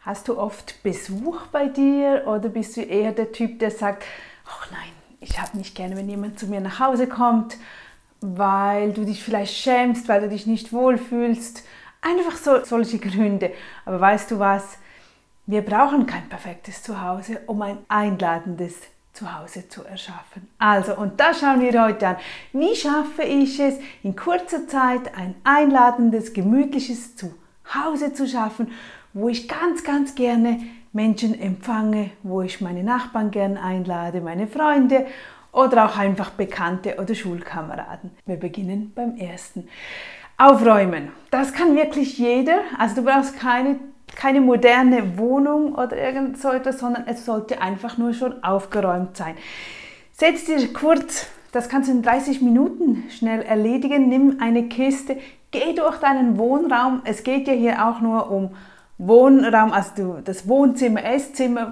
Hast du oft Besuch bei dir oder bist du eher der Typ, der sagt, ach nein, ich habe nicht gerne, wenn jemand zu mir nach Hause kommt, weil du dich vielleicht schämst, weil du dich nicht wohlfühlst. Einfach so solche Gründe. Aber weißt du was? Wir brauchen kein perfektes Zuhause, um ein einladendes Zuhause zu erschaffen. Also, und da schauen wir heute an. Wie schaffe ich es, in kurzer Zeit ein einladendes, gemütliches Zuhause zu schaffen, wo ich ganz gerne Menschen empfange, wo ich meine Nachbarn gern einlade, meine Freunde oder auch einfach Bekannte oder Schulkameraden. Wir beginnen beim ersten. Aufräumen. Das kann wirklich jeder. Also du brauchst keine moderne Wohnung oder irgend so etwas, sondern es sollte einfach nur schon aufgeräumt sein. Setz dir kurz, das kannst du in 30 Minuten schnell erledigen, nimm eine Kiste, geh durch deinen Wohnraum. Es geht ja hier auch nur um Wohnraum, also das Wohnzimmer, Esszimmer,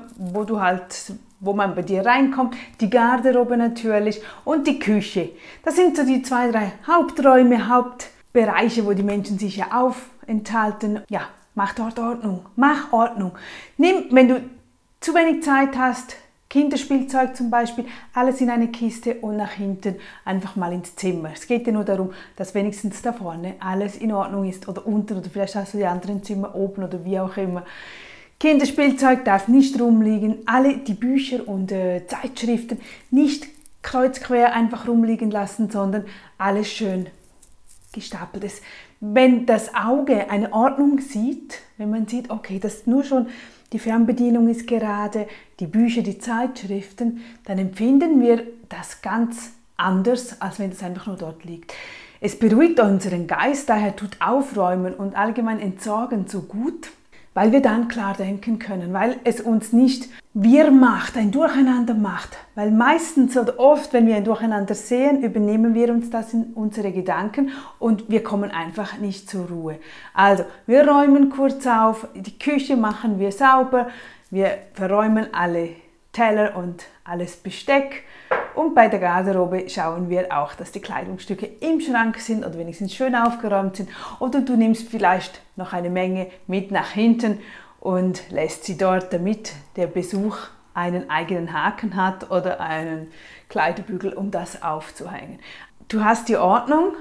wo man bei dir reinkommt, die Garderobe natürlich und die Küche. Das sind so die 2, 3 Haupträume, Hauptbereiche, wo die Menschen sich ja aufenthalten. Ja, mach dort Ordnung, mach Ordnung. Nimm, wenn du zu wenig Zeit hast, Kinderspielzeug zum Beispiel, alles in eine Kiste und nach hinten einfach mal ins Zimmer. Es geht ja nur darum, dass wenigstens da vorne alles in Ordnung ist oder unten oder vielleicht hast du die anderen Zimmer oben oder wie auch immer. Kinderspielzeug darf nicht rumliegen, alle die Bücher und Zeitschriften nicht kreuzquer einfach rumliegen lassen, sondern alles schön gestapelt ist. Wenn das Auge eine Ordnung sieht, wenn man sieht, okay, das nur schon die Fernbedienung ist gerade, die Bücher, die Zeitschriften, dann empfinden wir das ganz anders, als wenn das einfach nur dort liegt. Es beruhigt unseren Geist, daher tut Aufräumen und allgemein Entsorgen so gut, weil wir dann klar denken können, weil es uns nicht wirr macht, ein Durcheinander macht. Weil meistens oder oft, wenn wir ein Durcheinander sehen, übernehmen wir uns das in unsere Gedanken und wir kommen einfach nicht zur Ruhe. Also, wir räumen kurz auf, die Küche machen wir sauber, wir verräumen alle Teller und alles Besteck. Und bei der Garderobe schauen wir auch, dass die Kleidungsstücke im Schrank sind oder wenigstens schön aufgeräumt sind. Oder du nimmst vielleicht noch eine Menge mit nach hinten und lässt sie dort, damit der Besuch einen eigenen Haken hat oder einen Kleiderbügel, um das aufzuhängen. Du hast die Ordnung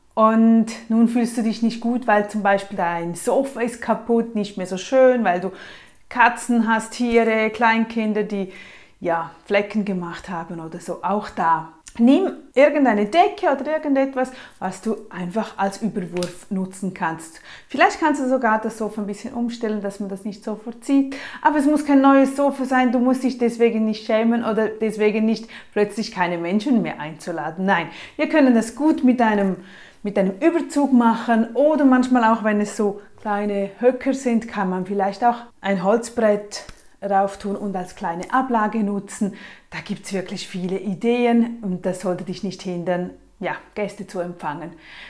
und nun fühlst du dich nicht gut, weil zum Beispiel dein Sofa ist kaputt, nicht mehr so schön, weil du Katzen hast, Tiere, Kleinkinder, die Flecken gemacht haben oder so, auch da. Nimm irgendeine Decke oder irgendetwas, was du einfach als Überwurf nutzen kannst. Vielleicht kannst du sogar das Sofa ein bisschen umstellen, dass man das nicht sofort sieht. Aber es muss kein neues Sofa sein, du musst dich deswegen nicht schämen oder deswegen nicht plötzlich keine Menschen mehr einzuladen. Nein, wir können das gut mit einem Überzug machen oder manchmal auch, wenn es so kleine Höcker sind, kann man vielleicht auch ein Holzbrett rauf tun und als kleine Ablage nutzen. Da gibt es wirklich viele Ideen und das sollte dich nicht hindern, Gäste zu empfangen.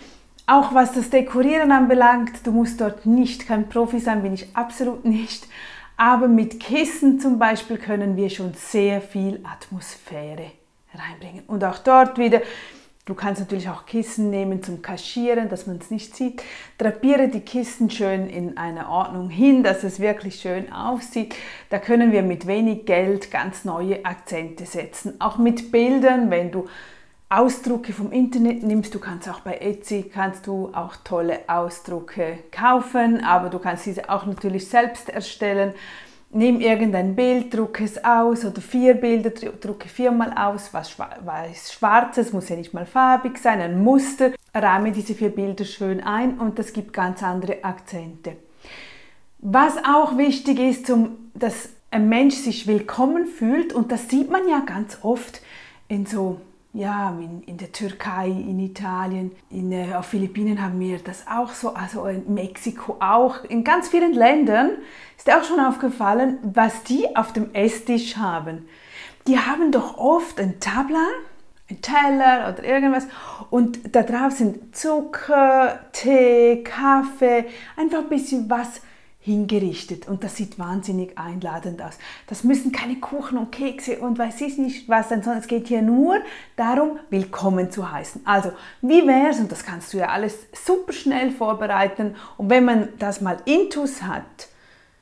Auch was das Dekorieren anbelangt, du musst dort kein Profi sein, bin ich absolut nicht. Aber mit Kissen zum Beispiel können wir schon sehr viel Atmosphäre reinbringen. Und auch dort wieder, du kannst natürlich auch Kissen nehmen zum Kaschieren, dass man es nicht sieht. Drapiere die Kissen schön in einer Ordnung hin, dass es wirklich schön aussieht. Da können wir mit wenig Geld ganz neue Akzente setzen. Auch mit Bildern, wenn du Ausdrucke vom Internet nimmst, du kannst auch bei Etsy auch tolle Ausdrucke kaufen, aber du kannst diese auch natürlich selbst erstellen. Nimm irgendein Bild, drucke es aus oder 4 Bilder, drucke 4-mal aus, was Schwarzes, muss ja nicht mal farbig sein, ein Muster, rahme diese 4 Bilder schön ein und das gibt ganz andere Akzente. Was auch wichtig ist, dass ein Mensch sich willkommen fühlt und das sieht man ja ganz oft in der Türkei, in Italien, auf Philippinen haben wir das auch so, also in Mexiko auch, in ganz vielen Ländern ist dir auch schon aufgefallen, was die auf dem Esstisch haben. Die haben doch oft ein Tabla, ein Teller oder irgendwas und da drauf sind Zucker, Tee, Kaffee, einfach ein bisschen was hingerichtet und das sieht wahnsinnig einladend aus. Das müssen keine Kuchen und Kekse und weiß ich nicht was sein, sondern es geht hier nur darum, willkommen zu heißen. Also, wie wär's, und das kannst du ja alles super schnell vorbereiten und wenn man das mal intus hat,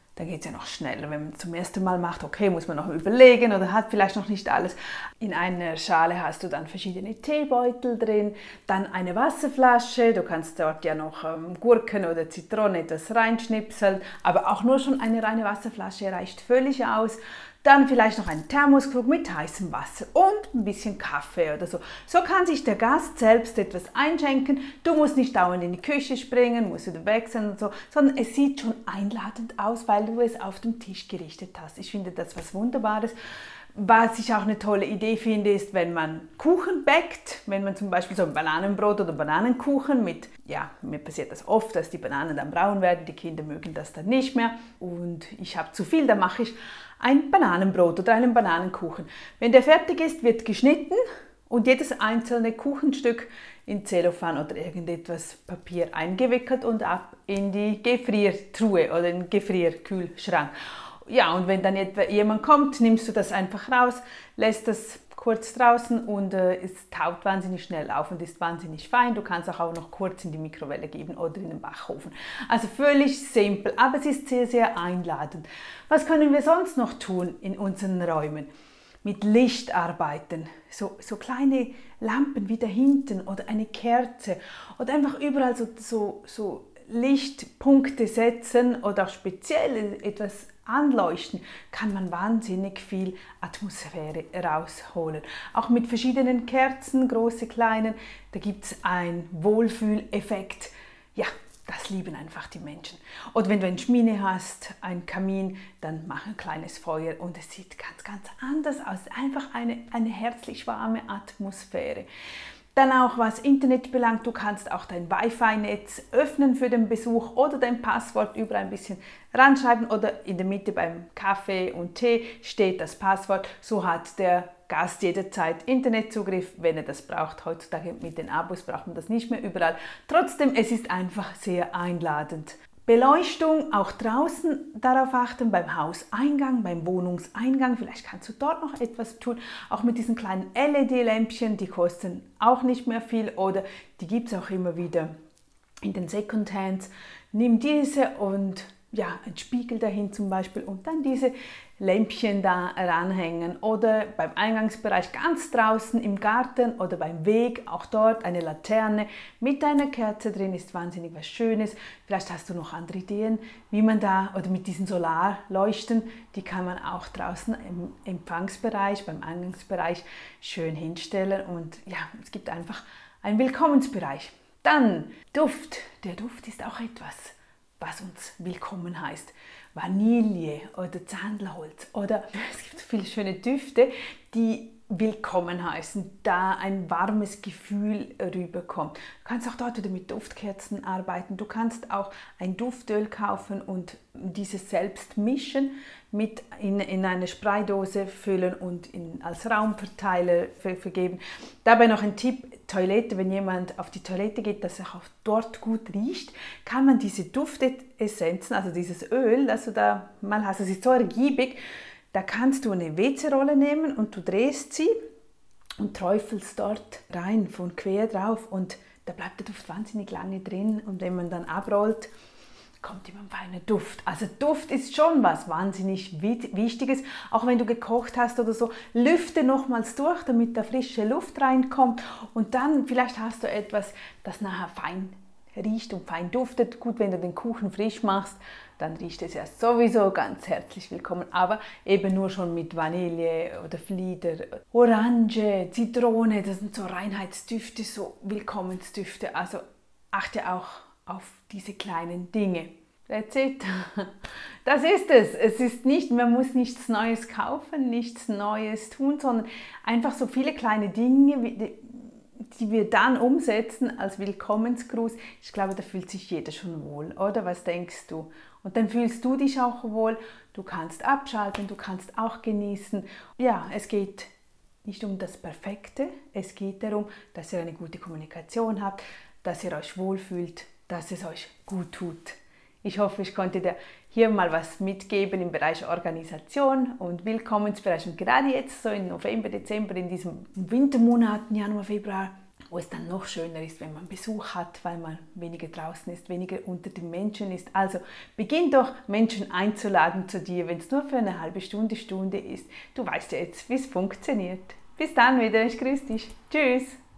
Da geht es ja noch schneller. Wenn man zum ersten Mal macht, okay, muss man noch überlegen oder hat vielleicht noch nicht alles. In einer Schale hast du dann verschiedene Teebeutel drin, dann eine Wasserflasche. Du kannst dort ja noch Gurken oder Zitronen etwas reinschnipseln, aber auch nur schon eine reine Wasserflasche reicht völlig aus. Dann vielleicht noch ein Thermoskrug mit heißem Wasser und ein bisschen Kaffee oder so. So kann sich der Gast selbst etwas einschenken. Du musst nicht dauernd in die Küche springen, musst wieder wechseln und so, sondern es sieht schon einladend aus, weil du es auf dem Tisch gerichtet hast. Ich finde das was Wunderbares. Was ich auch eine tolle Idee finde, ist, wenn man Kuchen backt, wenn man zum Beispiel so ein Bananenbrot oder Bananenkuchen mit, ja, mir passiert das oft, dass die Bananen dann braun werden, die Kinder mögen das dann nicht mehr und ich habe zu viel, dann mache ich ein Bananenbrot oder einen Bananenkuchen. Wenn der fertig ist, wird geschnitten und jedes einzelne Kuchenstück in Zellophan oder irgendetwas Papier eingewickelt und ab in die Gefriertruhe oder in den Gefrierkühlschrank. Ja, und wenn dann etwa jemand kommt, nimmst du das einfach raus, lässt das kurz draußen und es taut wahnsinnig schnell auf und ist wahnsinnig fein. Du kannst auch noch kurz in die Mikrowelle geben oder in den Backofen. Also völlig simpel, aber es ist sehr, sehr einladend. Was können wir sonst noch tun in unseren Räumen? Mit Licht arbeiten, so kleine Lampen wie da hinten oder eine Kerze oder einfach überall so Lichtpunkte setzen oder auch speziell etwas anleuchten, kann man wahnsinnig viel Atmosphäre rausholen. Auch mit verschiedenen Kerzen, große, kleinen, da gibt es einen Wohlfühleffekt. Ja, das lieben einfach die Menschen. Und wenn du eine Schmine hast, einen Kamin, dann mach ein kleines Feuer und es sieht ganz, ganz anders aus. Einfach eine herzlich warme Atmosphäre. Dann auch was Internet belangt, du kannst auch dein Wi-Fi-Netz öffnen für den Besuch oder dein Passwort überall ein bisschen ranschreiben oder in der Mitte beim Kaffee und Tee steht das Passwort. So hat der Gast jederzeit Internetzugriff, wenn er das braucht. Heutzutage mit den Abos braucht man das nicht mehr überall. Trotzdem, es ist einfach sehr einladend. Beleuchtung, auch draußen darauf achten, beim Hauseingang, beim Wohnungseingang, vielleicht kannst du dort noch etwas tun, auch mit diesen kleinen LED-Lämpchen, die kosten auch nicht mehr viel oder die gibt es auch immer wieder in den Secondhands. Nimm diese und ja, ein Spiegel dahin zum Beispiel und dann diese Lämpchen da ranhängen oder beim Eingangsbereich ganz draußen im Garten oder beim Weg, auch dort eine Laterne mit einer Kerze drin, ist wahnsinnig was Schönes. Vielleicht hast du noch andere Ideen, wie man da, oder mit diesen Solarleuchten, die kann man auch draußen im Empfangsbereich, beim Eingangsbereich schön hinstellen und ja, es gibt einfach einen Willkommensbereich. Dann Duft, der Duft ist auch etwas, was uns willkommen heißt. Vanille oder Sandelholz oder es gibt so viele schöne Düfte, die willkommen heißen, da ein warmes Gefühl rüberkommt. Du kannst auch dort wieder mit Duftkerzen arbeiten. Du kannst auch ein Duftöl kaufen und dieses selbst mischen, mit in eine Spraydose füllen und als Raumverteiler vergeben. Dabei noch ein Tipp: Toilette, wenn jemand auf die Toilette geht, dass er auch dort gut riecht, kann man diese Duftessenzen, also dieses Öl, das du da mal hast, das ist so ergiebig, da kannst du eine WC-Rolle nehmen und du drehst sie und träufelst dort rein, von quer drauf und da bleibt der Duft wahnsinnig lange drin und wenn man dann abrollt, kommt immer ein feiner Duft. Also Duft ist schon was wahnsinnig Wichtiges. Auch wenn du gekocht hast oder so, lüfte nochmals durch, damit da frische Luft reinkommt und dann vielleicht hast du etwas, das nachher fein riecht und fein duftet. Gut, wenn du den Kuchen frisch machst, dann riecht es ja sowieso ganz herzlich willkommen, aber eben nur schon mit Vanille oder Flieder, Orange, Zitrone, das sind so Reinheitsdüfte, so Willkommensdüfte. Also achte auch auf diese kleinen Dinge. That's it. Das ist es. Es ist nicht, man muss nichts Neues kaufen, nichts Neues tun, sondern einfach so viele kleine Dinge, die wir dann umsetzen als Willkommensgruß. Ich glaube, da fühlt sich jeder schon wohl, oder? Was denkst du? Und dann fühlst du dich auch wohl. Du kannst abschalten, du kannst auch genießen. Ja, es geht nicht um das Perfekte. Es geht darum, dass ihr eine gute Kommunikation habt, dass ihr euch wohlfühlt, dass es euch gut tut. Ich hoffe, ich konnte dir hier mal was mitgeben im Bereich Organisation und Willkommensbereich. Und gerade jetzt, so im November, Dezember, in diesen Wintermonaten, Januar, Februar, wo es dann noch schöner ist, wenn man Besuch hat, weil man weniger draußen ist, weniger unter den Menschen ist. Also beginn doch, Menschen einzuladen zu dir, wenn es nur für eine halbe Stunde ist. Du weißt ja jetzt, wie es funktioniert. Bis dann wieder, ich grüße dich. Tschüss.